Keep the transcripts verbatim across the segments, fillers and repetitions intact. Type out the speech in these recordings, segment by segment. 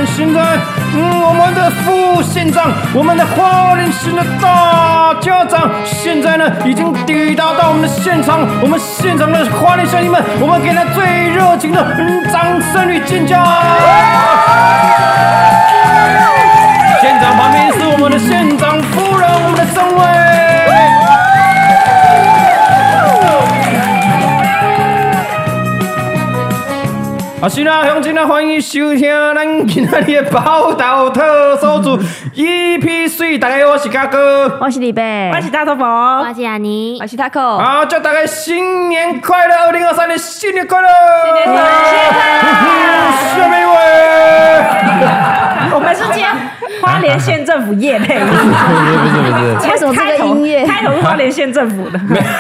现在，嗯，我们的副县长，我们的花莲县的大家长，现在呢已经抵达到我们的现场。我们现场的花莲乡亲们，我们给他最热情的掌声与尖叫！县长旁边是我们的县长夫人，我们的政委。啊，是啦，乡亲啊，欢迎收听咱今仔日的宝岛特搜组 E P 三。大家好，我是嘉哥， 我是李贝， 我是大头佛， 我是安妮， 我是 Taco。 好，祝大家新年快乐！二零二三年新年快乐！ 新年快乐！ 下面一位， 我们是接花莲县政府业配， 不是不是不是， 为什么这个音乐开头是花莲县政府的？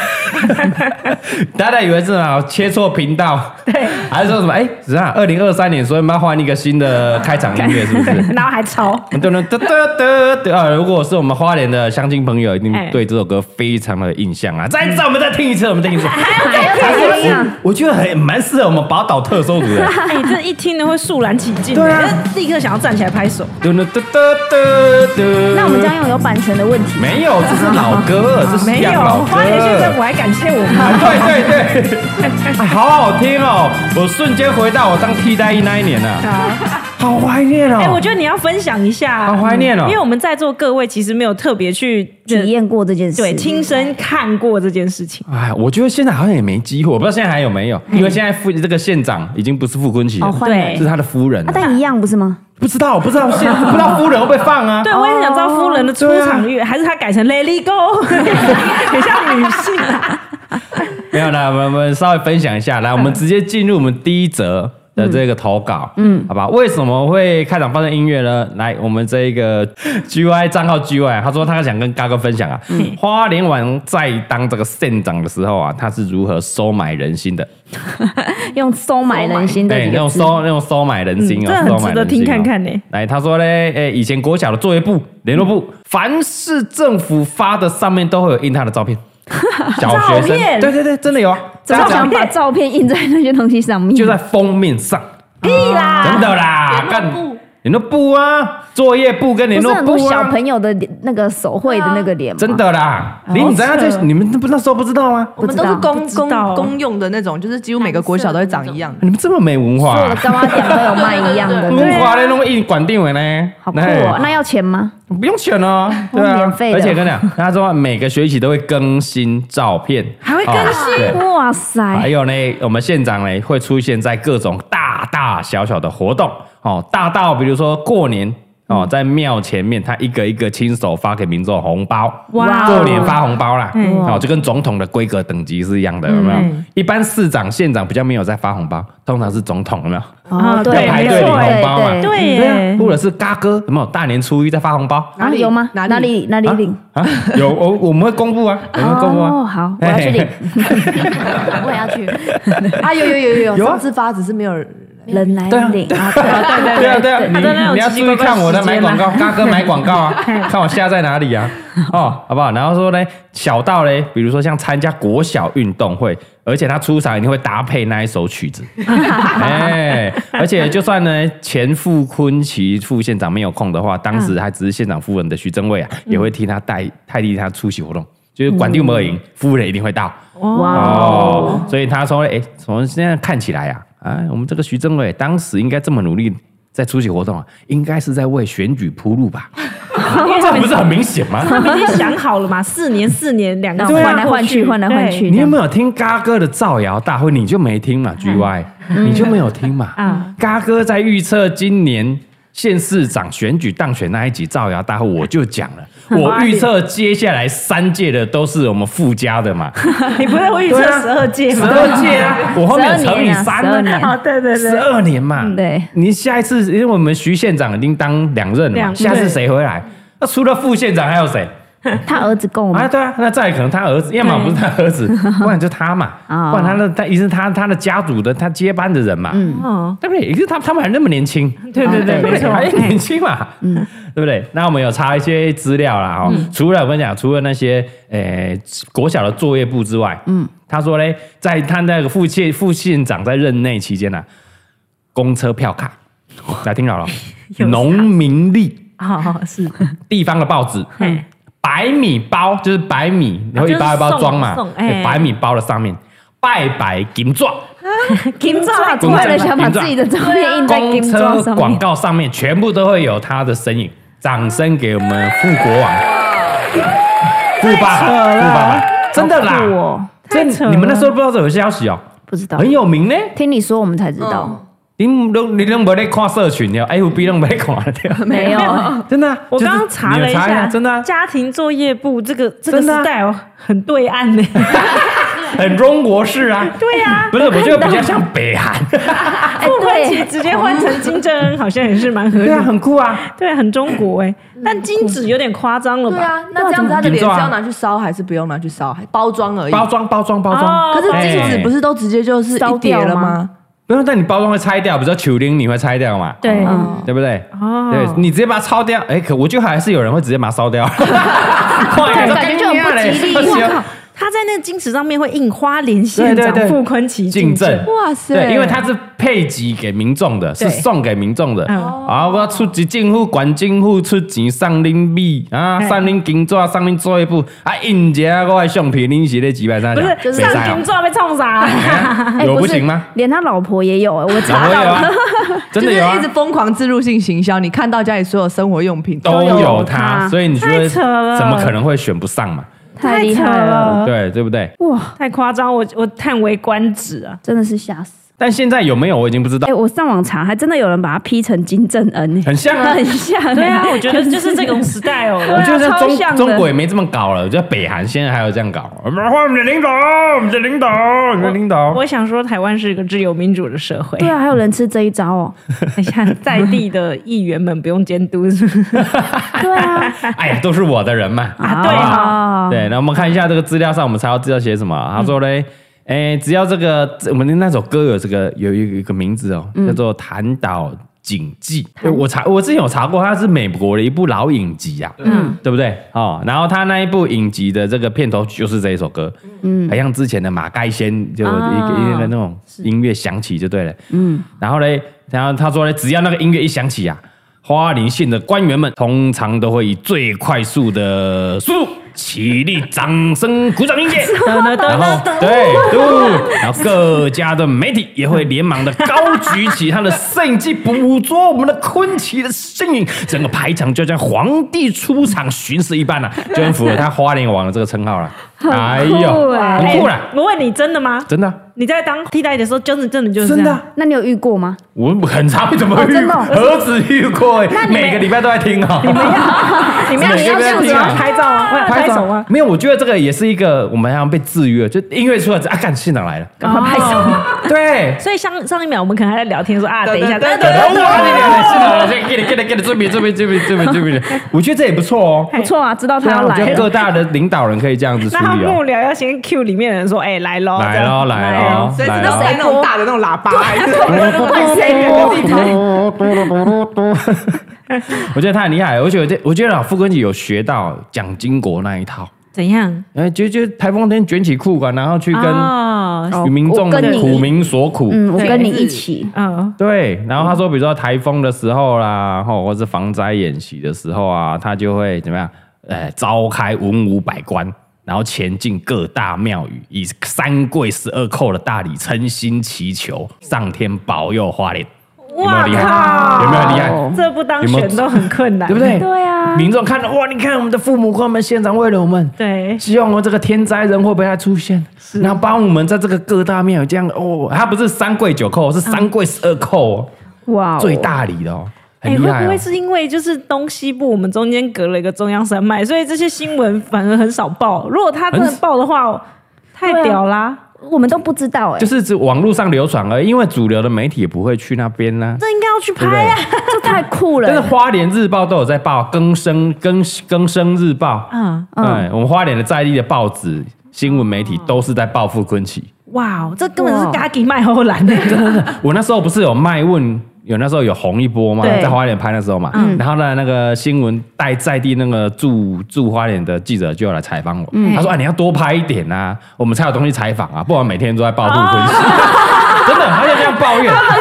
大家以为是啊切错频道， 对， 还是说什么？哎，只是二零二三年，所以我们要换一个新的开场音乐，是不是？ 然后还抄， 对对对对对啊！如果是我们花莲的乡亲朋友，一定对这首歌非常的印象啊！再一次，我们再听一次，我们再听一次。我我觉得很蛮适合我们宝岛特搜组的。 哎，这一听呢会肃然起敬， 对啊， 立刻想要站起来拍手。 嘟嘟嘟嘟嘟。 那我们这样用有版权的问题？ 没有，这是老歌，这是没有花莲县政府还感谢我们。 对对对，好好听哦！我瞬间回到我当替代役那一年了，好怀念哦！ 哎，我觉得你要分享一下， 好怀念哦， 因为我们在座各位其实没有特别去体验过这件事， 对，亲身看过这件事情。 哎，我觉得现在好像也没机会，我不知道现在还有没有，因为现在副这个县长已经不是傅昆萁了， 对， 是他的夫人， 但一样不是吗？ 不知道，不知道现不知道夫人会不会放啊？ 对，我也想知道夫人的出场乐，还是他改成 Let It Go， 很像女性啊。 没有啦，我们稍微分享一下，来，我们直接进入我们第一则的这个投稿，嗯，好吧？为什么会开场放这音乐呢？来，我们这个 G Y 账号 G Y， 他说他想跟嘎哥分享啊，嗯、花莲王在当这个县长的时候啊，他是如何收买人心的。 用收买人心的， 对，用收用收买人心哦， 这很值得听看看呢。 来，他说呢，诶，以前国小的作业簿、联络簿，凡是政府发的上面都会有印他的照片。小学生，对对对，真的有啊！ 怎么想把照片印在那些东西上面？ 就在封面上。 屁啦！ 真的啦，干联络簿啊，作业簿跟联络簿啊， 不是很多小朋友的那个手绘的那个脸吗？ 真的啦，你你知道这你们那时候不知道吗？ 我们都是公公公用的那种，就是几乎每个国小都会长一样。 你们这么没文化， 所有的干妈店都有卖一样的。 文化的那种印管定位呢？ 好酷哦！那要钱吗？ 不用钱哦，对啊， 免费的。 而且跟你讲，他说每个学期都会更新照片， 还会更新， 哇塞！ 还有呢，我们县长呢会出现在各种大大小小的活动哦，大到比如说过年。哦，在庙前面，他一个一个亲手发给民众红包，哇！过年发红包啦，哦，就跟总统的规格等级是一样的，有没有？一般市长、县长比较没有在发红包，通常是总统，有没有？ 哦，对， 排队领红包嘛， 对对啊，或者是嘎哥，有没有？大年初一在发红包， 哪里有吗？哪里哪里领啊？有，我我们会公布啊，我们会公布啊。 哦，好，我要去领， 我也要去。 啊，有有有有有，上次发只是没有人来领啊， 对啊对啊对啊，你你要注意看我的买广告，嘎哥买广告啊，看我下在哪里啊，哦，好不好？然后说呢，小到呢，比如说像参加国小运动会，而且他出场一定会搭配那一首曲子，哎，而且就算呢前副昆萁副县长没有空的话，当时还只是县长夫人的徐正伟啊，也会替他代代替他出席活动。就是管定没赢，夫人一定会到。哇哦！所以他说，哎，从现在看起来啊，啊，我们这个徐正伟当时应该这么努力在出席活动啊，应该是在为选举铺路吧？这不是很明显吗？ 他们已经想好了嘛，四年四年两个换来换去，换来换去。 你有没有听嘎哥的造谣大会？你就没听嘛 ？G Y， 你就没有听嘛？啊，嘎哥在预测今年县市长选举当选那一集造谣大会，我就讲了。我预测接下来三届的都是我们傅家的嘛？ 你不是我预测十二届吗？ 十二届啊，我后面乘以三呢。 哦，对对对， 十二年嘛。 对， 你下一次，因为我们徐县长已经当两任了嘛，下次谁回来？那除了副县长还有谁？ 他儿子够吗？ 啊，对啊，那再可能他儿子，要么不是他儿子，不然就他嘛，不然他的他也是他他的家族的他接班的人嘛，嗯，对不对？也是他他们还那么年轻， 对对对，没错， 还年轻嘛，嗯，对不对？那我们有查一些资料啦，哈，除了我跟你讲，除了那些诶国小的作业簿之外，嗯，他说嘞，在他那个副县副县长在任内期间呢，公车票卡，大家听好了。 农民历哦，是地方的报纸，白米包就是白米，然后一包一包装嘛，白米包的上面拜拜金纸。 金纸，为了想把自己的照片印在金纸上面， 公车广告上面全部都会有他的身影。掌声给我们富国王、富爸爸、富爸爸，真的啦！ 太扯了！ 你们那时候不知道这有消息哦， 不知道， 很有名呢。 听你说我们才知道。 你都你都没在看社群的 ，F B 都没看的， 没有， 真的。 我刚刚查了一下， 真的， 家庭作业簿这个这个时代哦，很对岸呢。 很中国式啊， 对啊， 不是，我觉得比较像北韩。 傅昆萁直接换成金正恩，好像也是蛮合理的， 对啊，很酷啊， 对，很中国哎。但金纸有点夸张了吧？ 对啊，那这样子他的脸是要拿去烧还是不用拿去烧？包装而已， 包装包装包装。 可是金纸不是都直接就是一叠了吗？ 不用，但你包装会拆掉，比如说球钉你会拆掉嘛？ 对， 对不对？哦，对你直接把它抄掉，哎，可我觉得还是有人会直接把它烧掉， 感觉就很不吉利。 我靠！他在那个金纸上面会印花莲县长傅昆萁进正， 哇塞！ 对，因为它是配给给民众的，是送给民众的。啊，我要出级政府管政府出钱送恁米啊，送恁金纸，送恁作业簿啊，印一下我的橡皮，恁是咧几百张？ 不是上金纸被冲啥？ 有不行吗？ 连他老婆也有，我查到了， 真的有啊， 一直疯狂置入性行销，你看到家里所有生活用品都有它，所以你觉得怎么可能会选不上嘛？ 太厉害了， 对对不对？ 哇， 太夸张，我我叹为观止啊， 真的是吓死。 但现在有没有我已经不知道。 哎，我上网查，还真的有人把它 P 成金正恩， 很像啊， 很像。 对啊，我觉得就是这种时代哦。 我觉得中中国也没这么搞了，我觉得北韩现在还有这样搞。我们换我们的领导，我们的领导，我们的领导。 我想说，台湾是一个自由民主的社会。 对啊，还有人吃这一招哦。 你看在地的议员们不用监督，是不是？ 对啊。 哎呀，都是我的人嘛。 啊，对啊。 对，那我们看一下这个资料上，我们才要知道写什么。他说嘞。哎，只要这个我们的那首歌有这个有一个一个名字哦，嗯、叫做《檀岛警记》。我查我之前有查过，它是美国的一部老影集啊，嗯，对不对？哦，然后它那一部影集的这个片头曲就是这一首歌，嗯，很像之前的马盖先就一个、啊、一个那种音乐响起就对了，嗯，然后嘞，然后他说嘞，只要那个音乐一响起啊，花莲县的官员们通常都会以最快速的速度。起立，掌声鼓掌应接，然后对，然后各家的媒体也会连忙的高举起他的摄影机，捕捉我们的昆萁的身影，整个排场就像皇帝出场巡视一般啊，就很符合他花莲王的这个称号了。哎呦，很酷啦！ 我问你，真的吗？ 真的。 你在当替代的时候，真的真的就是这样。 真的？ 那你有遇过吗？ 我很常怎么遇？ 真的？ 何止遇过？哎，每个礼拜都在听哦。 你们要，你们要这样子吗？拍照吗？拍手吗？ 没有，我觉得这个也是一个我们好像被制约了，就音乐出来啊，干现场来了， 赶快拍手。 对。 所以上上一秒我们可能还在聊天说啊，等一下， 对对对，哇，你给你给你给你这边这边这边这边这边，我觉得这也不错哦， 不错啊，知道他要来了。 我觉得各大的领导人可以这样子处理哦。 那幕僚要先 cue 里面的人说，哎，来喽， 来喽，来喽， 所以只能塞那种大的那种喇叭，还是我觉得他很厉害，而且我觉得我觉得傅昆萁有学到蒋经国那一套。 怎样？ 哎，就就台风天卷起裤管，然后去跟与民众苦民所苦。 嗯，我跟你一起。 嗯， 对。然后他说，比如说台风的时候啦，或者防灾演习的时候啊，他就会怎么样？哎，召开文武百官。然后前进各大庙宇，以三跪十二叩的大礼，诚心祈求上天保佑花莲。有没有厉害？有没有厉害？ 这不当选都很困难， 对不对？ 对啊， 民众看到哇，你看我们的父母官们县长为了我们， 对， 希望我这个天灾人祸不要出现，然后帮我们在这个各大庙宇这样哦，他不是三跪九叩，是三跪十二叩哦，哇，最大礼的哦。哎、欸， 会不会是因为就是东西部我们中间隔了一个中央山脉，所以这些新闻反而很少报？如果他真的报的话，太屌啦、啊！ 我们都不知道哎、欸， 就是指网络上流传而已，因为主流的媒体也不会去那边呢、啊。 这应该要去拍啊， 这太酷了。 但是花莲日报都有在报，更生更更生日报，嗯嗯，我们花莲的在地的报纸、新闻媒体都是在报傅昆萁。 哇，这根本是嘎给卖后蓝的。 真的，我那时候不是有卖问。有那时候有红一波嘛，在花莲拍的时候嘛，嗯、然后呢，那个新闻带在地那个驻驻花莲的记者就要来采访我，嗯、他说：“啊，你要多拍一点啊，我们才有东西采访啊，不然每天都在报傅昆萁。”真的，他就这样抱怨， 好笑哦。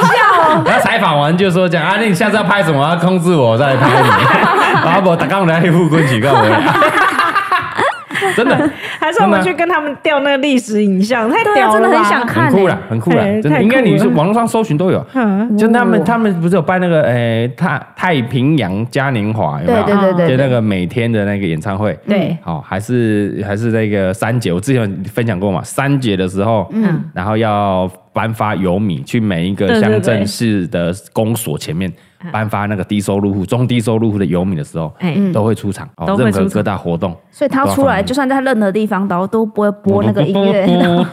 然后采访完就说讲啊，那你下次要拍什么？要控制我再拍你。然后我打刚来副棍曲干我。真的， 还是我们去跟他们调那个历史影像，太屌了吧， 真的很想看， 很酷啦，很酷啦，真的，应该你是网络上搜寻都有。嗯，就他们他们不是有办那个诶太太平洋嘉年华有没有？ 对对对对， 就那个每天的那个演唱会。 对， 好，还是还是那个三节，我之前有分享过嘛，三节的时候，嗯，然后要颁发油米，去每一个乡镇市的公所前面。颁发那个低收入户、中低收入户的游民的时候，嗯、都会出场，哦、任何各大活动， 所以他出来，就算在任何地方，都都不会播那个音乐。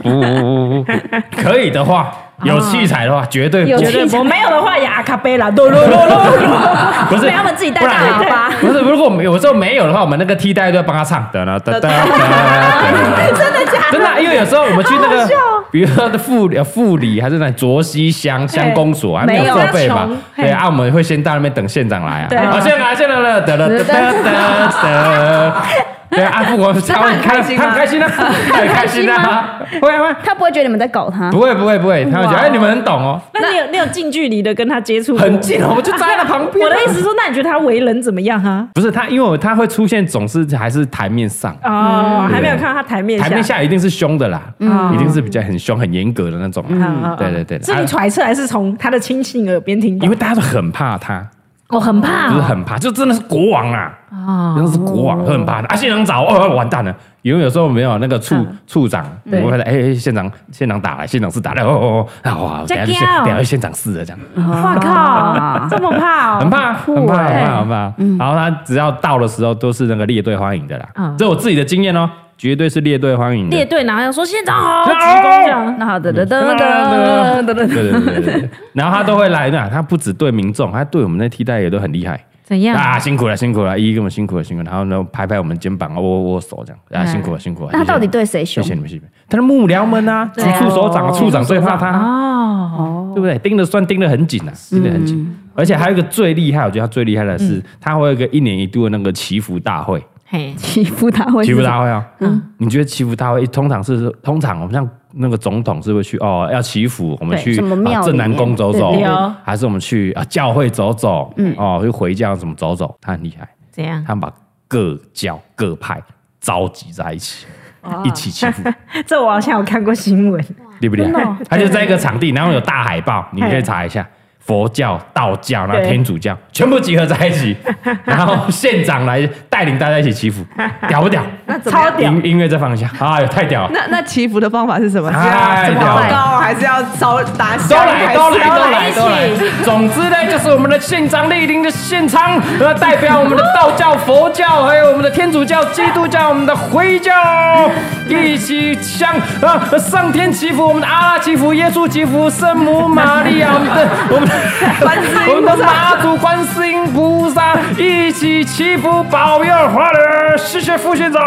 可以的话，有器材的话，绝对有器材。没有的话，也阿卡贝拉，哆哆哆哆。 不是他们自己带大喇叭。 不是，如果有时候没有的话，我们那个替代都要帮他唱。哒哒哒哒。 真的假的？ 真的，因为有时候我们去那个，比如说的妇妇里还是那卓溪乡乡公所，还没有设备嘛。对啊，我们会先到那边等县长来啊。啊，县长来，县长来了，哒哒哒哒哒。对啊，副国他很开心，他很开心啊，他很开心啊，会会， 他不会觉得你们在搞他， 不会不会不会，他会觉得哎，你们很懂哦。 那你有你有近距离的跟他接触？ 很近哦，我就站在他旁边。 我的意思说，那你觉得他为人怎么样啊？ 不是他，因为他会出现，总是还是台面上哦，还没有看到他台面下， 台面下一定是凶的啦，一定是比较很凶、很严格的那种。对对对， 是你揣测还是从他的亲信耳边听到？ 因为大家都很怕他。 我很怕， 就是很怕，就真的是国王啊，真的是国王，很怕的啊。县长找哦，完蛋了，因为有时候没有那个处处长，我会发现哎，县长县长打来，县长室打来，哦哦哦，哇，等下就等下县长室了这样。 哇靠，这么怕哦， 很怕，很怕，很怕，很怕。然后他只要到的时候都是那个列队欢迎的啦，这是我自己的经验哦。绝对是列队欢迎的， 列队然后要说县长好，鞠躬这样，那好的的的的的， 对对对对，然后他都会来的，他不只对民众，他对我们那替代也都很厉害。 怎样啊？辛苦了，辛苦了，一一跟我们辛苦了，辛苦了，然后呢拍拍我们肩膀，握握手这样，啊辛苦了，辛苦了。 那他到底对谁凶？ 谢谢你们，谢谢你们。他的幕僚们啊，处处首长、处长最怕他哦，对不对？盯得算盯得很紧啊，盯得很紧。而且还有一个最厉害，我觉得他最厉害的是，他会有一个一年一度的那个祈福大会。 祈福大会， 祈福大会啊！嗯，你觉得祈福大会通常是通常我们像那个总统是会去哦，要祈福，我们去镇南宫走走，还是我们去啊教会走走？嗯，哦，去回教什么走走？他很厉害， 怎样？ 他们把各教各派召集在一起，一起祈福。 这我好像有看过新闻， 厉不厉害？他就在一个场地，然后有大海报，你可以查一下。佛教、道教，然后天主教全部集合在一起，然后县长来带领大家一起祈福，屌不屌？ 那怎么超屌！ 音音乐再放一下，哎呦，太屌了！ 那那祈福的方法是什么？ 太屌了！ 高还是要烧打都来都来都来都来！总之呢，就是我们的县长莅临的现场，呃，代表我们的道教、佛教，还有我们的天主教、基督教、我们的回教，一起向啊上天祈福，我们的阿拉祈福、耶稣祈福、圣母玛利亚，我们的我们的。我们的妈祖观世音菩萨一起祈福保佑花莲，谢谢副县长。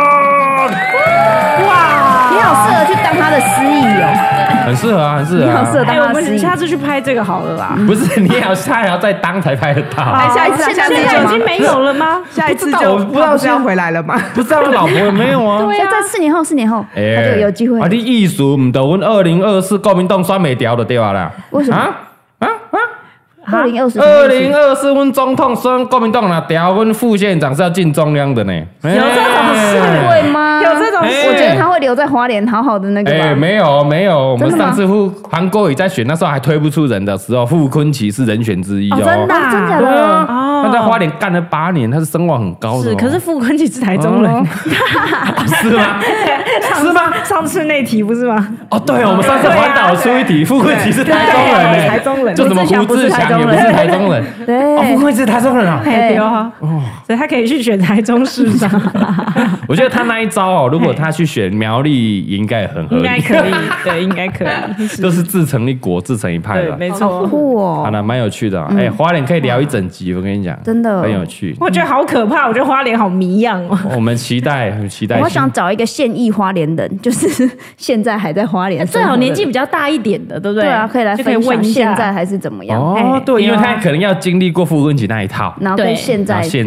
哇，你好适合去当他的司仪哦， 很适合啊，很适合、啊。 你好适合当他的司仪。 我们下次去拍这个好了啦。 不是，你也要他还要再当才拍得到。 哎，下一次现在已经没有了吗？ 下一次就不知道是要回来了吗？ 不知道老婆有没有啊？ 对啊，在四年后，四年后他就有机会。 啊，你艺术唔得，我们二零二四国民党选没掉的对吧啦？ 为什么？啊啊啊！二零二四， 二零二四，我总统选国民党啦，调我副县长是要进中央的呢。 有这种事会吗？ 有这种事？ 我觉得他会留在花莲，好好的那个。 哎，没有没有，我们上次副韩国瑜在选那时候还推不出人的时候，傅昆萁是人选之一哦。 真的，真的对啊，他在花莲干了八年，他是声望很高的。 是，可是傅昆萁是台中人， 是吗？是吗？ 上次那题不是吗？ 哦，对，我们上次环岛出一题，傅昆萁是台中人呢， 台中人， 就什么胡志强也不是台中人， 对， 哦，傅昆萁是台中人啊， 对啊，所以他可以去选台中市长。 我觉得他那一招哦，如果他去选苗栗，应该很合理， 应该可以，对，应该可以， 都是自成一国、自成一派的， 没错， 酷哦， 好了，蛮有趣的。哎，花莲可以聊一整集，我跟你讲， 真的很有趣。 我觉得好可怕，我觉得花莲好迷样哦。 我们期待，很期待。 我想找一个现役花莲人，就是现在还在花莲， 最好年纪比较大一点的，对不对？ 对啊，可以来分享现在还是怎么样？ 哦，对，因为他可能要经历过傅昆萁那一套， 然后跟现在现在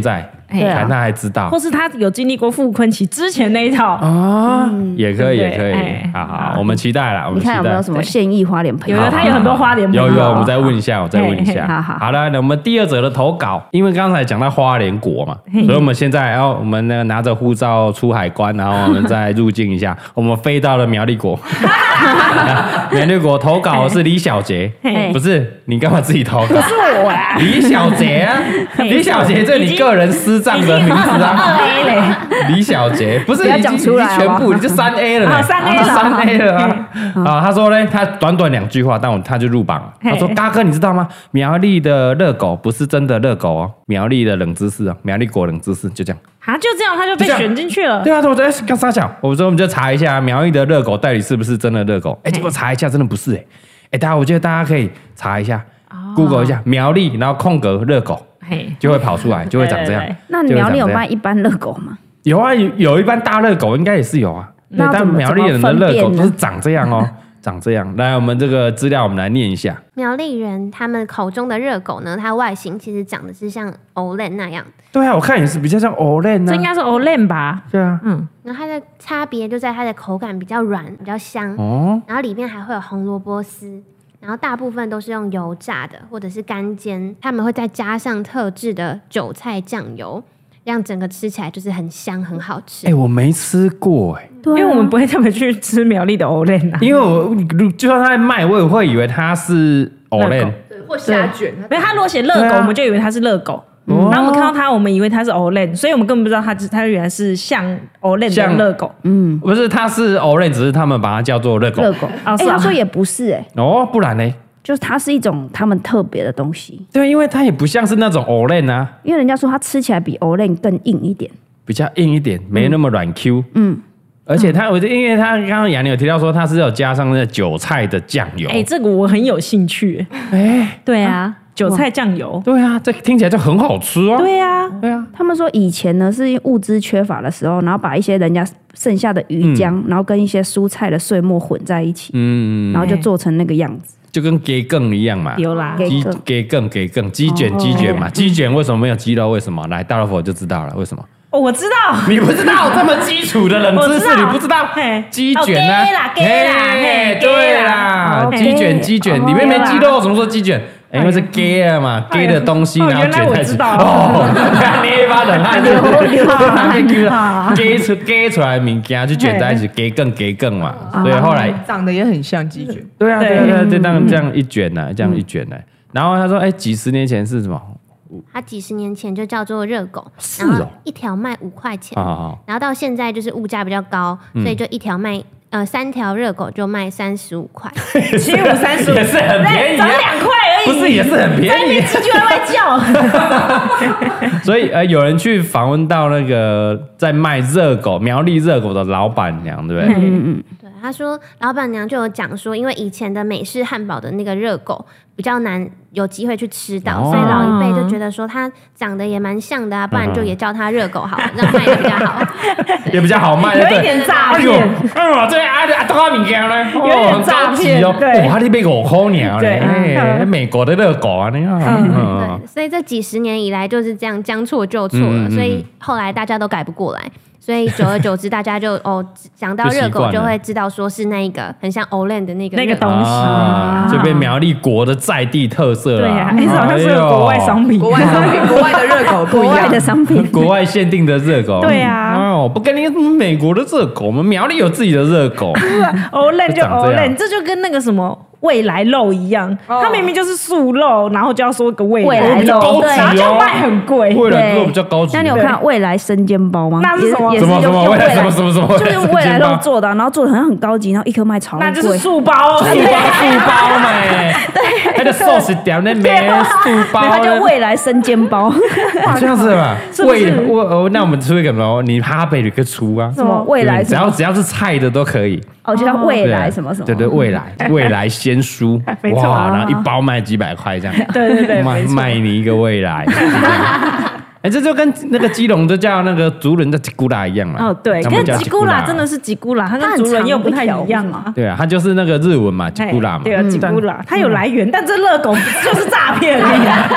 看他还知道， 或是他有经历过傅昆萁之前那一套啊，也可以， 对也可以哎， 好好，我们期待啦，我们期待。 你看有没有什么现役花莲朋友？ 有的，他有很多花莲朋友。 有有，我们再问一下，我再问一下。 好好好了，那我们第二则的投稿，因为刚才讲到花莲国嘛，所以我们现在要我们呢拿着护照出海关，然后我们再入境一下，我们飞到了苗栗国。苗栗国投稿是李小杰，不是你干嘛自己投稿？不是我啊， 李小杰啊，李小杰这你个人私账的名字啊。 二 A 嘞， 李小杰不是不要已经讲出来已经全部你就三 A 了呢， 三 A 了三 A 了啊！啊，他说呢，他短短两句话，但我他就入榜了。他说：“嘎哥，你知道吗？苗栗的热狗不是真的热狗哦，苗栗的冷知识哦，苗栗国冷知识就这样。” 啊，就这样他就被选进去了。 对啊，我在刚撒小，我说我们就查一下苗栗的热狗到底是不是真的热狗？哎，结果查一下，真的不是哎。哎，大家我觉得大家可以查一下 ，Google 一下苗栗，然后空格热狗，就会跑出来，就会长这样。 那苗栗有卖一般热狗吗？ 有啊，有一般大热狗应该也是有啊。 那但苗栗人的热狗都是长这样哦。长这样，来，我们这个资料我们来念一下。 苗栗人他们口中的热狗呢，它外形其实长得是像 Olen 那样。 对啊，我看也是比较像 Olen 啊。 这应该是 Olen 吧？ 对啊， 嗯。 然后它的差别就在它的口感比较软，比较香。哦。然后里面还会有红萝卜丝，然后大部分都是用油炸的或者是干煎，他们会再加上特制的韭菜酱油。让整个吃起来就是很香很好吃。 哎、欸，我没吃过哎、欸， 对、啊，因为我们不会特别去吃苗栗的 Olen 啊。 因为我就算他在卖，我也会以为他是 Olen 或虾卷。 因为他如果写热狗、啊，我们就以为他是热狗。嗯、然后我们看到他，我们以为他是 Olen， 所以我们根本不知道他他原来是像 Olen 的热狗。 嗯，不是，他是 Olen， 只是他们把它叫做热狗。 热狗，哎、哦欸，他说也不是哎、 欸。哦，不然呢？ 就是它是一种他们特别的东西， 对，因为它也不像是那种 Olen 啊， 因为人家说它吃起来比 Olen 更硬一点， 比较硬一点，没那么软 Q， 嗯，而且它，我就因为它刚刚雅妮有提到说它是有加上那个韭菜的酱油， 哎、欸，这个我很有兴趣，哎、欸，对啊，啊韭菜酱油， 对啊，这听起来就很好吃哦， 对啊， 对啊，他们说以前呢是物资缺乏的时候，然后把一些人家剩下的鱼浆，嗯、然后跟一些蔬菜的碎末混在一起，嗯，然后就做成那个样子。 就跟鸡羹一样嘛， 有啦， 鸡鸡羹鸡羹鸡卷鸡卷嘛，鸡卷为什么没有鸡肉？为什么？来大老婆就知道了，为什么？ 哦，我知道， 你不知道这么基础的冷知识，你不知道？鸡卷啊， 嘿， 对啦，鸡卷鸡卷里面没鸡肉，怎么说鸡卷？因为是 gay 啊嘛 ，gay 的东西，然后卷在一起。哦，捏一把冷汗，流汗，gay 出 gay 出来的物件就卷在一起 ，gay 更 gay 更嘛。所以后来长得也很像鸡卷。 对啊，对啊，对啊，就这样这样一卷呢，这样一卷呢。然后他说，哎，几十年前是什么？ 它几十年前就叫做热狗， 是哦， 一条卖五块钱，然后到现在就是物价比较高，所以就一条卖。呃，三条热狗就卖三十五块， 七五三十五也是很便宜， 涨两块而已， 不是也是很便宜，在那边鸡就会叫。所以呃，有人去访问到那个在卖热狗苗栗热狗的老板娘，对不对？ 嗯嗯， 对，他说老板娘就有讲说，因为以前的美式汉堡的那个热狗比较难有机会去吃到，哦、所以老一辈就觉得说它长得也蛮像的啊，不然就也叫它热狗好了，那卖的比较好， 也比较好卖， 有一点诈骗。 哎呦，这啊啊多少物件呢？ 有点诈骗哦， 对，哇，你卖五块呢？ 对， 哎，美国的热狗啊，你看， 嗯，对，所以这几十年以来就是这样将错就错了，所以后来大家都改不过来。所以久而久之，大家就哦想到热狗就会知道说是那一个很像 Olen 的那个那个东西， 啊、就变苗栗国的在地特色了。 对呀、啊，哎，好像是国外商品， 国外商品，国外的热狗不一样， 国外的商品， 国外限定的热狗。 对呀、啊， 哦，不跟你美国的热狗，我们苗栗有自己的热狗。 Olen 就 Olen， 这就跟那个什么。未来肉一样，哦、它明明就是素肉，然后就要说个未来肉， 比较高级、哦， 然后就卖很贵。 未来肉比较高级。 那你有看未来生煎包吗？ 那是什么？ 也是什么什么未来什么什么什么？ 就是未来肉做的，然后做的好像很高级，然后一颗卖超贵。 那就是素包， 素包素包嘛。对，那个寿司店那没素包， 它叫未来生煎包。 这样子吧？未我那我们出一个什么？你哈北有个出啊？ 什么未来？ 只要只要是菜的都可以。 哦，就叫未来什么什么？ 对对，未来未来鲜蔬。哇，然后一包卖几百块这样， 对对对， 卖卖你一个未来。哎，这就跟那个基隆都叫那个族人的吉古拉一样嘛。 哦，对，跟吉古拉真的是吉古拉，它跟族人又不太一样啊。 对啊，它就是那个日文嘛，吉古拉嘛。 对啊，吉古拉，它有来源，但这热狗就是诈骗而已。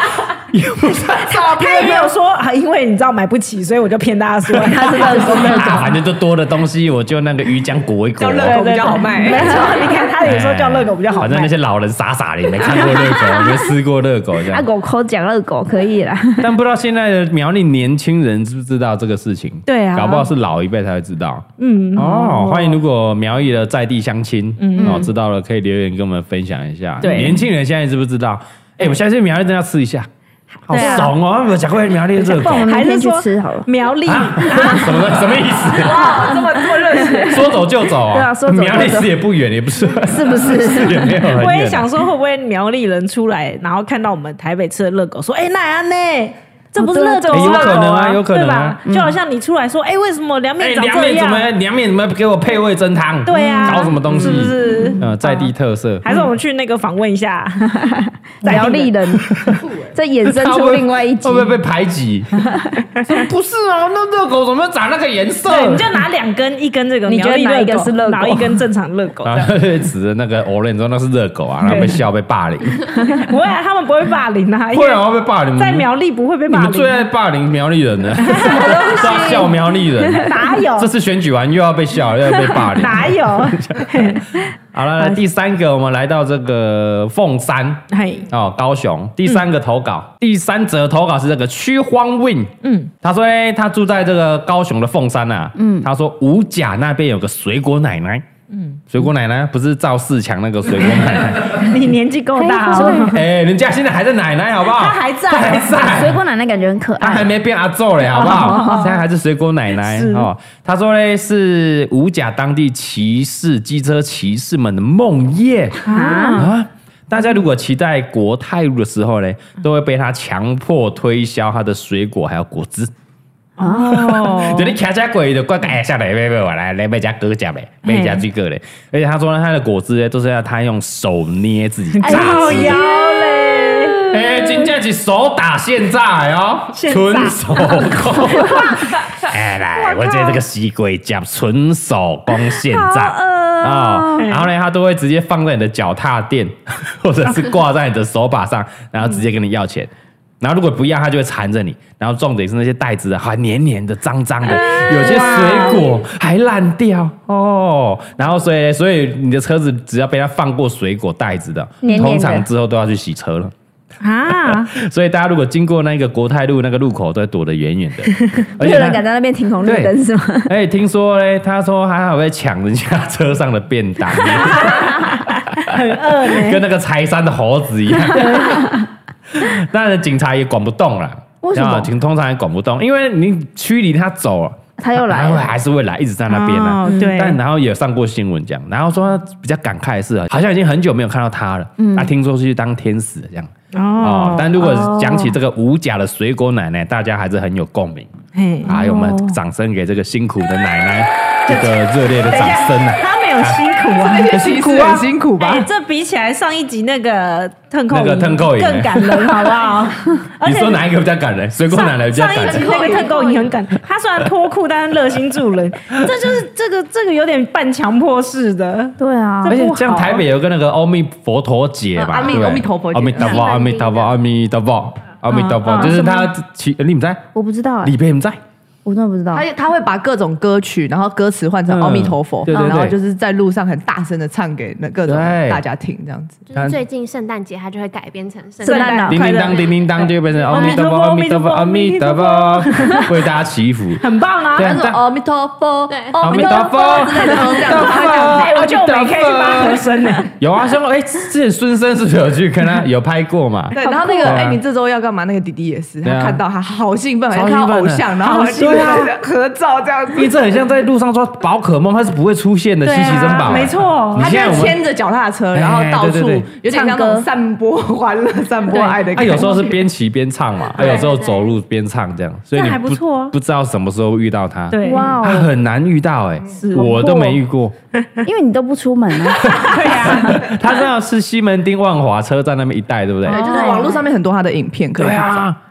他也没有说啊，因为你知道买不起，所以我就骗大家说他是乐狗。 啊，反正就多的东西，我就那个鱼浆裹一裹， 叫乐狗比较好卖。 没错，你看他也说叫乐狗比较好卖。 反正那些老人傻傻的，没看过乐狗，没吃过乐狗这样。 阿狗口讲乐狗可以啦， 但不知道现在的苗栗年轻人知不知道这个事情？ 对啊， 搞不好是老一辈才会知道。 嗯哦，欢迎如果苗栗的在地乡亲，哦知道了可以留言跟我们分享一下。 对， 年轻人现在知不知道？哎，我相信苗栗真的要吃一下。好爽哦！我讲过苗栗热狗， 我们明天去吃好了。 苗栗什么什么意思？ 哇，这么这么热血， 说走就走啊！ 对啊，说走就走。 苗栗市也不远，也不是， 是不是？ 也没有很远。 我也想说，会不会苗栗人出来，然后看到我们台北吃的热狗，说：“哎，那安呢？这不是热狗， 有可能啊，有可能啊， 就好像你出来说：哎，为什么凉面长这样？ 凉面怎么凉面怎么给我配味噌汤？ 对啊， 搞什么东西？ 是不是？ 呃，在地特色， 还是我们去那个访问一下苗栗人，这衍生出另外一集， 会不会被排挤？不是啊，那热狗怎么长那个颜色？ 对，你就拿两根，一根这个， 你觉得哪一个是热狗， 然后一根正常热狗， 然后指着那个 orange 说那是热狗啊，然后被笑被霸凌。 不会啊，他们不会霸凌啊， 会啊，会被霸凌。 在苗栗不会被霸凌， 你们最爱霸凌苗栗人的，是要笑苗栗人， 哪有？ 这次选举完又要被笑，又要被霸凌， 哪有？ 好了，第三个我们来到这个凤山，哦，高雄。第三个投稿，第三则投稿是这个屈荒 win， 嗯，他说呢，他住在这个高雄的凤山啊，嗯，他说五甲那边有个水果奶奶。嗯，水果奶奶不是赵四强那个水果奶奶， 你年纪够大哦。 哎，人家现在还在奶奶，好不好？ 他还在， 他还在。 水果奶奶感觉很可爱， 他还没变阿祖嘞，好不好？现在还是水果奶奶哦。他说呢，是五甲当地骑士、机车骑士们的梦魇啊。大家如果骑在国泰路的时候呢，都会被他强迫推销他的水果还有果汁。哦，就你骑车过就怪哎下来买买我来来买家果汁呗，买家这个嘞。而且他说呢，他的果汁呢都是要他用手捏自己榨汁。哎，真正是手打现榨哦，纯手工。哎，来，我觉得这个西瓜汁纯手工现榨哦，然后呢，他都会直接放在你的脚踏垫，或者是挂在你的手把上，然后直接跟你要钱。然后如果不要，他就会缠着你。然后重点是那些袋子啊，还黏黏的、脏脏的，有些水果还烂掉哦。然后所以，所以你的车子只要被他放过水果袋子的， 黏黏的通常之后都要去洗车了。 啊！ 所以大家如果经过那个国泰路那个路口，都会躲得远远的。 没有人敢在那边停红绿灯是吗？ 哎，听说呢，他说他还会抢人家车上的便当， 很饿呢， 跟那个柴山的猴子一样。当然，警察也管不动了。 为什么？ 通常也管不动，因为你驱离他走了。 他又来了， 还是会来，一直在那边呢、啊。 哦、对， 但然后也上过新闻讲，然后说比较感慨的是，好像已经很久没有看到他了。嗯，他听说是去当天使这样。哦, 哦，但如果讲起这个五甲的水果奶奶，大家还是很有共鸣。哎，还有我们掌声给这个辛苦的奶奶，这个热烈的掌声啊！ 他没有辛苦啊， 很辛苦啊，很辛苦吧？ 这比起来上一集那个腾扣那个腾扣更感人，好不好？ 你说哪一个比较感人？水果奶奶比较感人。 上一集那个腾扣也很感人，他虽然脱裤，但是热心助人，这就是这个这个有点半强迫式的。 对啊， 而且像台北有个那个阿弥佛陀节嘛， 阿弥阿弥陀佛， 阿弥陀佛，阿弥陀佛，阿弥陀佛。阿弥陀佛，就是他起，你们在？ 我不知道， 李贝你们在？ 我真的不知道。 他他会把各种歌曲，然后歌词换成阿弥陀佛，然后就是在路上很大声的唱给那各种大家听，这样子。 就是最近圣诞节，他就会改编成圣诞老叮叮当叮叮当，就变成阿弥陀佛，阿弥陀佛，阿弥陀佛，为大家祈福， 很棒啊！ 他说阿弥陀佛， 对， 阿弥陀佛， 哎，我觉得我们可以去帮和声呢。 有啊，像哎，之前孙生是不是有去跟他有拍过嘛？ 对，然后那个哎，你这周要干嘛？那个弟弟也是，他看到他好兴奋，看到偶像，然后合照这样子。 因为这很像在路上抓宝可梦，它是不会出现的稀奇珍宝。 没错， 他就牵着脚踏车，然后到处有点像那种散播欢乐、散播爱的感觉。 他有时候是边骑边唱嘛，他有时候走路边唱这样，所以你不不知道什么时候遇到他。 对， 哇， 他很难遇到哎，我都没遇过， 因为你都不出门啊。 对呀， 他正好是西门町万华车站那边一带，对不对？ 对，就是网络上面很多他的影片可以看。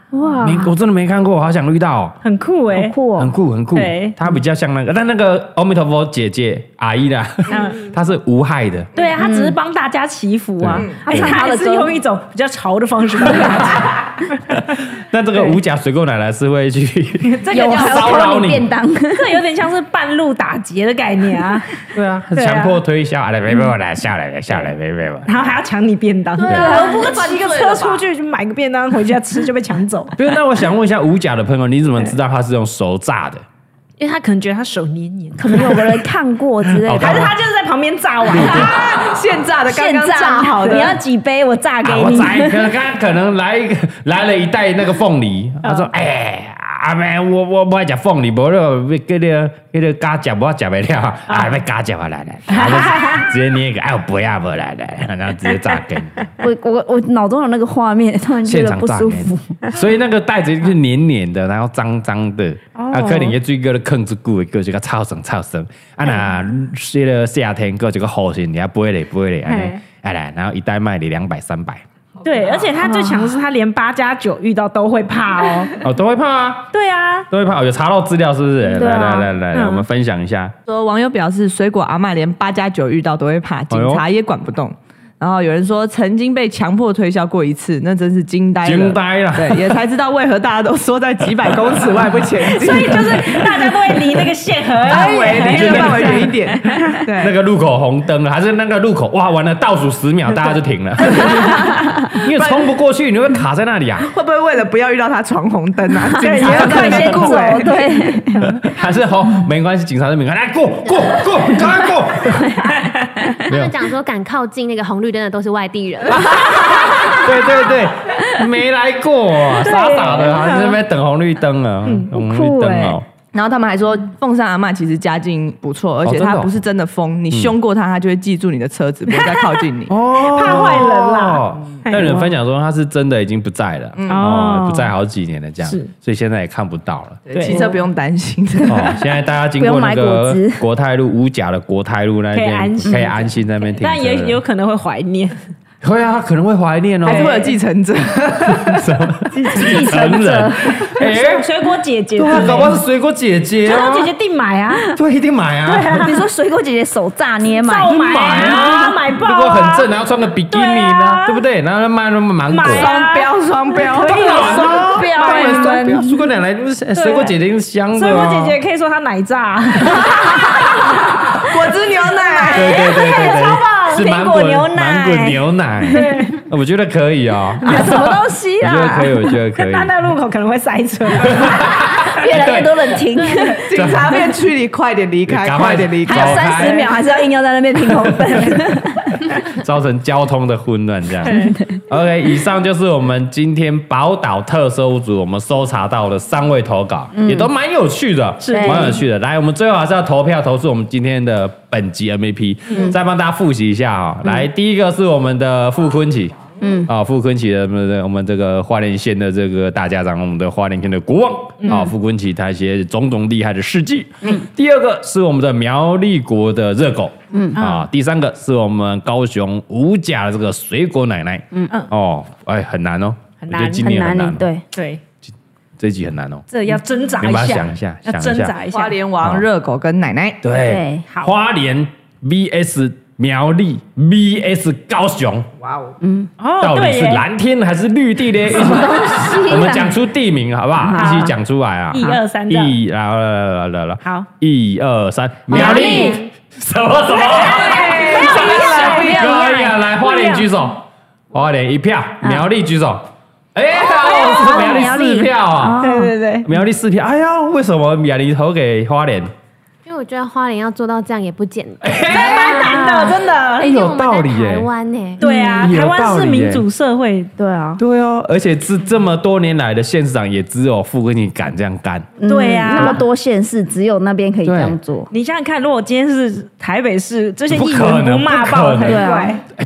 哇， 我真的没看过，我好想遇到， 很酷哎， 好酷哦， 很酷很酷。他比较像那个，但那个阿弥陀佛姐姐阿姨啦，她是无害的。 对啊，她只是帮大家祈福啊， 她唱她是用一种比较潮的方式帮大家。 那这个五甲水果奶奶是会去这个骚扰你便当， 这有点像是半路打劫的概念啊。 对啊，强迫推销，来别别来下来下来别别， 然后还要抢你便当。对啊，不过骑个车出去就买个便当回家吃就被抢走。 不是，那我想问一下五甲的朋友，你怎么知道他是用手炸的？ 因为他可能觉得他手黏黏， 可能有个人看过之类的， 还是他就是在旁边炸完， 现炸的，刚刚炸好的， 你要几杯我炸给你。 我炸，可刚可能来一个来了一袋那个凤梨，他说：“哎，阿妹，我我不爱吃凤梨，不了，给你给你加夹，我夹不了，啊，要加夹啊，来来，直接捏一个，哎，我不要不来来，然后直接炸给你。 我我我脑中有那个画面，突然觉得不舒服， 所以那个袋子就是黏黏的，然后脏脏的，啊，可能也最个控制久的，个这个臭酸臭酸，啊那这个夏天个这个雨天，你还不会嘞不会嘞，哎来，然后一袋卖你两百三百。 对，而且他最强的是他连八加九遇到都会怕哦， 哦都会怕啊， 对啊， 都会怕。有查到资料是不是？来来来来来，我们分享一下。 说网友表示，水果阿嬷连八加九遇到都会怕，警察也管不动。然后有人说曾经被强迫推销过一次，那真是惊呆了， 惊呆了。 对，也才知道为何大家都说在几百公尺外不前进。 所以就是大家都会离那个线很远， 离这个范围远一点。对， 那个路口红灯了，还是那个路口哇，完了倒数十秒，大家就停了，因为冲不过去，你会卡在那里啊。 会不会为了不要遇到他闯红灯啊？ 警察要快先走，对， 还是好没关系，警察就没关系，来过过过，赶快过。 他们讲说敢靠近那个红绿灯的都是外地人。 对对对，没来过，傻傻的，还在那边等红绿灯啊，红绿灯哦。 然后他们还说，凤山阿嬷其实家境不错，而且她不是真的疯，你凶过她，她就会记住你的车子，不会再靠近你。 哦， 怕坏人啦。 但有人分享说，他是真的已经不在了，哦，不在好几年了，这样，所以现在也看不到了。 骑车不用担心。 哦，现在大家经过那个国泰路五甲的国泰路那边，可以安心在那边停车， 但也有可能会怀念。 会啊，可能会怀念哦， 还是会有继承者， 继承者， 水水果姐姐， 对啊，搞不好是水果姐姐， 水果姐姐定买啊， 对，一定买啊。 你说水果姐姐手炸你也买， 买啊，买爆啊， 如果很正，然后穿个比基尼呢，对不对？然后卖那么芒果， 双标双标， 可以双标， 当然双标。水果奶奶不是水果姐姐是香的， 水果姐姐可以说她奶炸， 果汁牛奶， 对对对对， 超棒。 是芒果牛奶，芒果牛奶，我觉得可以哦。 什么东西啊？我觉得可以，我觉得可以。 那那路口可能会塞车， 越来越多人停。 警察变驱离，快点离开，快点离开。 还有三十秒，还是要硬要在那边停红灯， 造成交通的混乱。这样 ，OK， 以上就是我们今天宝岛特搜组我们搜查到的三位投稿，也都蛮有趣的，是蛮有趣的。来，我们最后还是要投票投出我们今天的本集 M V P， 再帮大家复习一下啊。来，第一个是我们的傅昆萁。嗯啊，傅昆萁的我们这个花莲县的这个大家长，我们的花莲县的国王啊，傅昆萁他一些种种厉害的事迹。嗯，第二个是我们的苗栗国的热狗。嗯啊，第三个是我们高雄五甲的这个水果奶奶。嗯嗯哦，哎，很难哦， 很难， 今年很难， 对对， 这一集很难哦， 这要挣扎一下， 想一下， 要挣扎一下。 花莲王热狗跟奶奶， 对，花莲 V S。苗栗 V S 高雄，哇哦，嗯，到底是蓝天还是绿地呢？ 什么东西？ 我们讲出地名好不好？一起讲出来啊！ 一二三， 一来来来来来， 好， 一二三，苗栗，什么什么？可以啊，来花莲举手，花莲一票，苗栗举手。哎，是苗栗四票啊！ 对对对， 苗栗四票。哎呀，为什么苗栗投给花莲？ 因为我觉得花莲要做到这样也不简单， 蛮难的，真的。 哎，有道理耶。 台湾呢？ 对啊，台湾是民主社会， 对啊， 对啊，而且这这么多年来的县市长也只有傅昆萁敢这样干。 对啊， 那么多县市只有那边可以这样做。 你想想看，如果今天是台北市，这些议员不骂爆，很怪。 哎，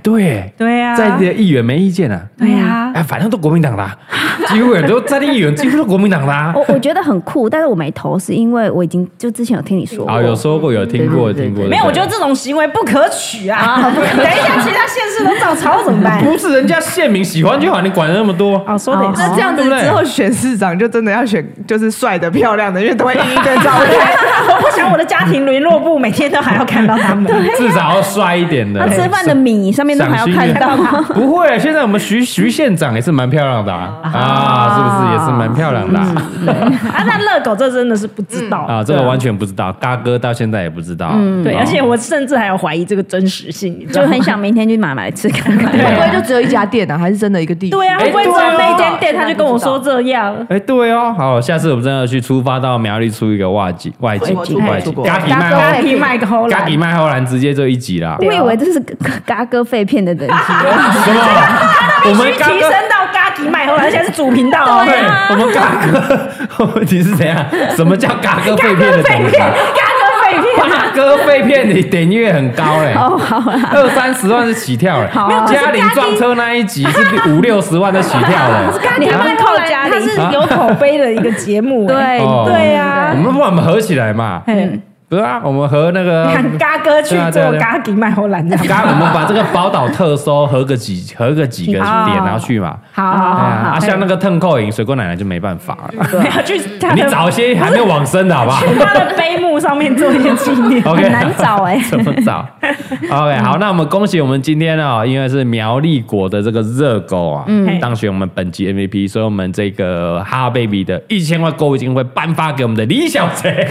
对对呀， 在地的议员没意见啊。 对呀， 哎，反正都国民党的，几乎都在地议员几乎都国民党的。 我我觉得很酷，但是我没投，是因为我已经就之前有听你说过， 啊，有说过，有听过，听过。 没有，我觉得这种行为不可取啊！等一下，其他县市都照抄怎么办？ 不是人家县民喜欢就好，你管了那么多？ 哦，说的也是。 那这样子之后选市长就真的要选就是帅的漂亮的，因为都会印一堆照片。 我不想我的家庭联络簿每天都还要看到他们， 至少要帅一点的。 他吃饭的米上面都还要看到。 不会，现在我们徐徐县长也是蛮漂亮的啊，啊，是不是也是蛮漂亮的？啊， 那热狗这真的是不知道啊，这个完全不知道，嘎哥到现在也不知道。 对，而且我甚至还有怀疑这个真实性， 就很想明天去买来吃看看。 会不会就只有一家店啊？还是真的一个地区？ 对啊，会不会只有那间店他就跟我说这样？ 哎，对哦，好，下次我们真的去出发到苗栗出一个外景，外景，外景， 嘎吉麦嘎吉麦后嘎吉麦后兰直接就一集啦。 我以为这是嘎哥废片的等级。 什么？我们提升到嘎吉麦后兰，而且是主频道。 对，我们嘎哥，问题是怎样？什么叫嘎哥废片的等级？ 嘎哥废片， 嘎哥废片的点阅很高嘞， 哦，好啦， 二三十万是起跳嘞。嘉玲撞车那一集是五六十万的起跳嘞。 你还蛮靠嘉玲，它是有口碑的一个节目。 对对啊， 我们把我们合起来嘛。嗯。对啊，我们和那个喊嘎哥去做嘎吉麦后兰这样。 嘎，我们把这个宝岛特搜合个几合个几个点，然后去嘛。 好好好。 啊，像那个腾扣影水果奶奶就没办法了。 去你找一些还没有往生的好不好？ 去他的碑墓上面做一些纪念。 OK， 很难找哎。 怎么找 ？OK， 好，那我们恭喜我们今天啊，因为是苗栗国的这个热狗啊，当选我们本集 M V P， 所以我们这个哈哈 baby 的一千块购物金会颁发给我们的李小姐。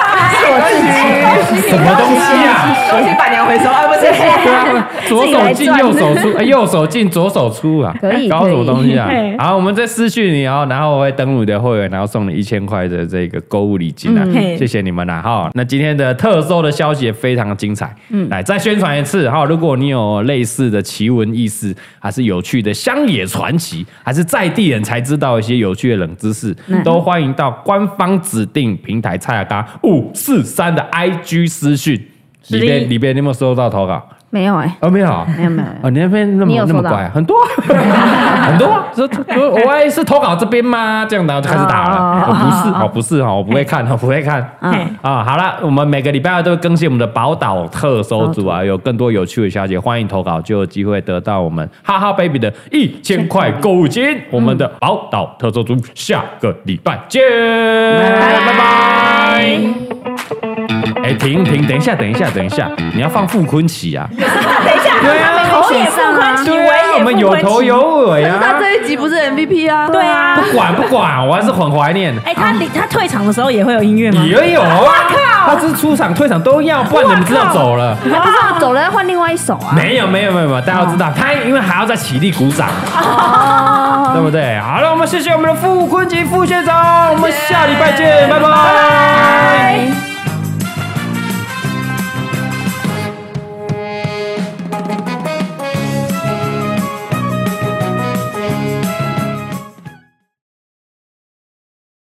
什么东西啊？ 恭喜百年回收啊！不是， 对啊，左手进右手出，右手进左手出啊！ 可以， 搞什么东西啊？好，我们再私讯你哦，然后我会登录你的会员，然后送你一千块的这个购物礼金啊！谢谢你们啦！哈，那今天的特搜的消息也非常精彩，嗯，来再宣传一次哈！如果你有类似的奇闻异事，还是有趣的乡野传奇，还是在地人才知道一些有趣的冷知识，都欢迎到官方指定平台蔡雅嘎五四三的 I G 私讯。里边里边你有没有收到投稿？ 没有哎、欸， 哦没有， 没有没有。 哦，你那边那么那么乖，很多很多。说说我哎是投稿这边吗？这样然后就开始打了。不是哦，不是哦，我不会看，我不会看。啊，好了，我们每个礼拜二都会更新我们的宝岛特搜组啊，有更多有趣的消息，欢迎投稿，就有机会得到我们哈哈 baby 的一千块购物金。我们的宝岛特搜组下个礼拜见，拜拜。哎，停停，等一下，等一下，等一下，你要放傅昆萁啊！ 等一下，对啊，头也傅昆萁，尾也我们有头有尾啊！ 他这一集不是 M V P 啊？ 对啊， 不管不管，我还是很怀念。 哎，他他退场的时候也会有音乐吗？ 也有啊！他这是出场退场都要，不然你们知道走了。 不是走了要换另外一首啊？ 没有没有没有没有，大家都知道，他因为还要再起立鼓掌，对不对？好了，我们谢谢我们的傅昆萁副县长，我们下礼拜见，拜拜。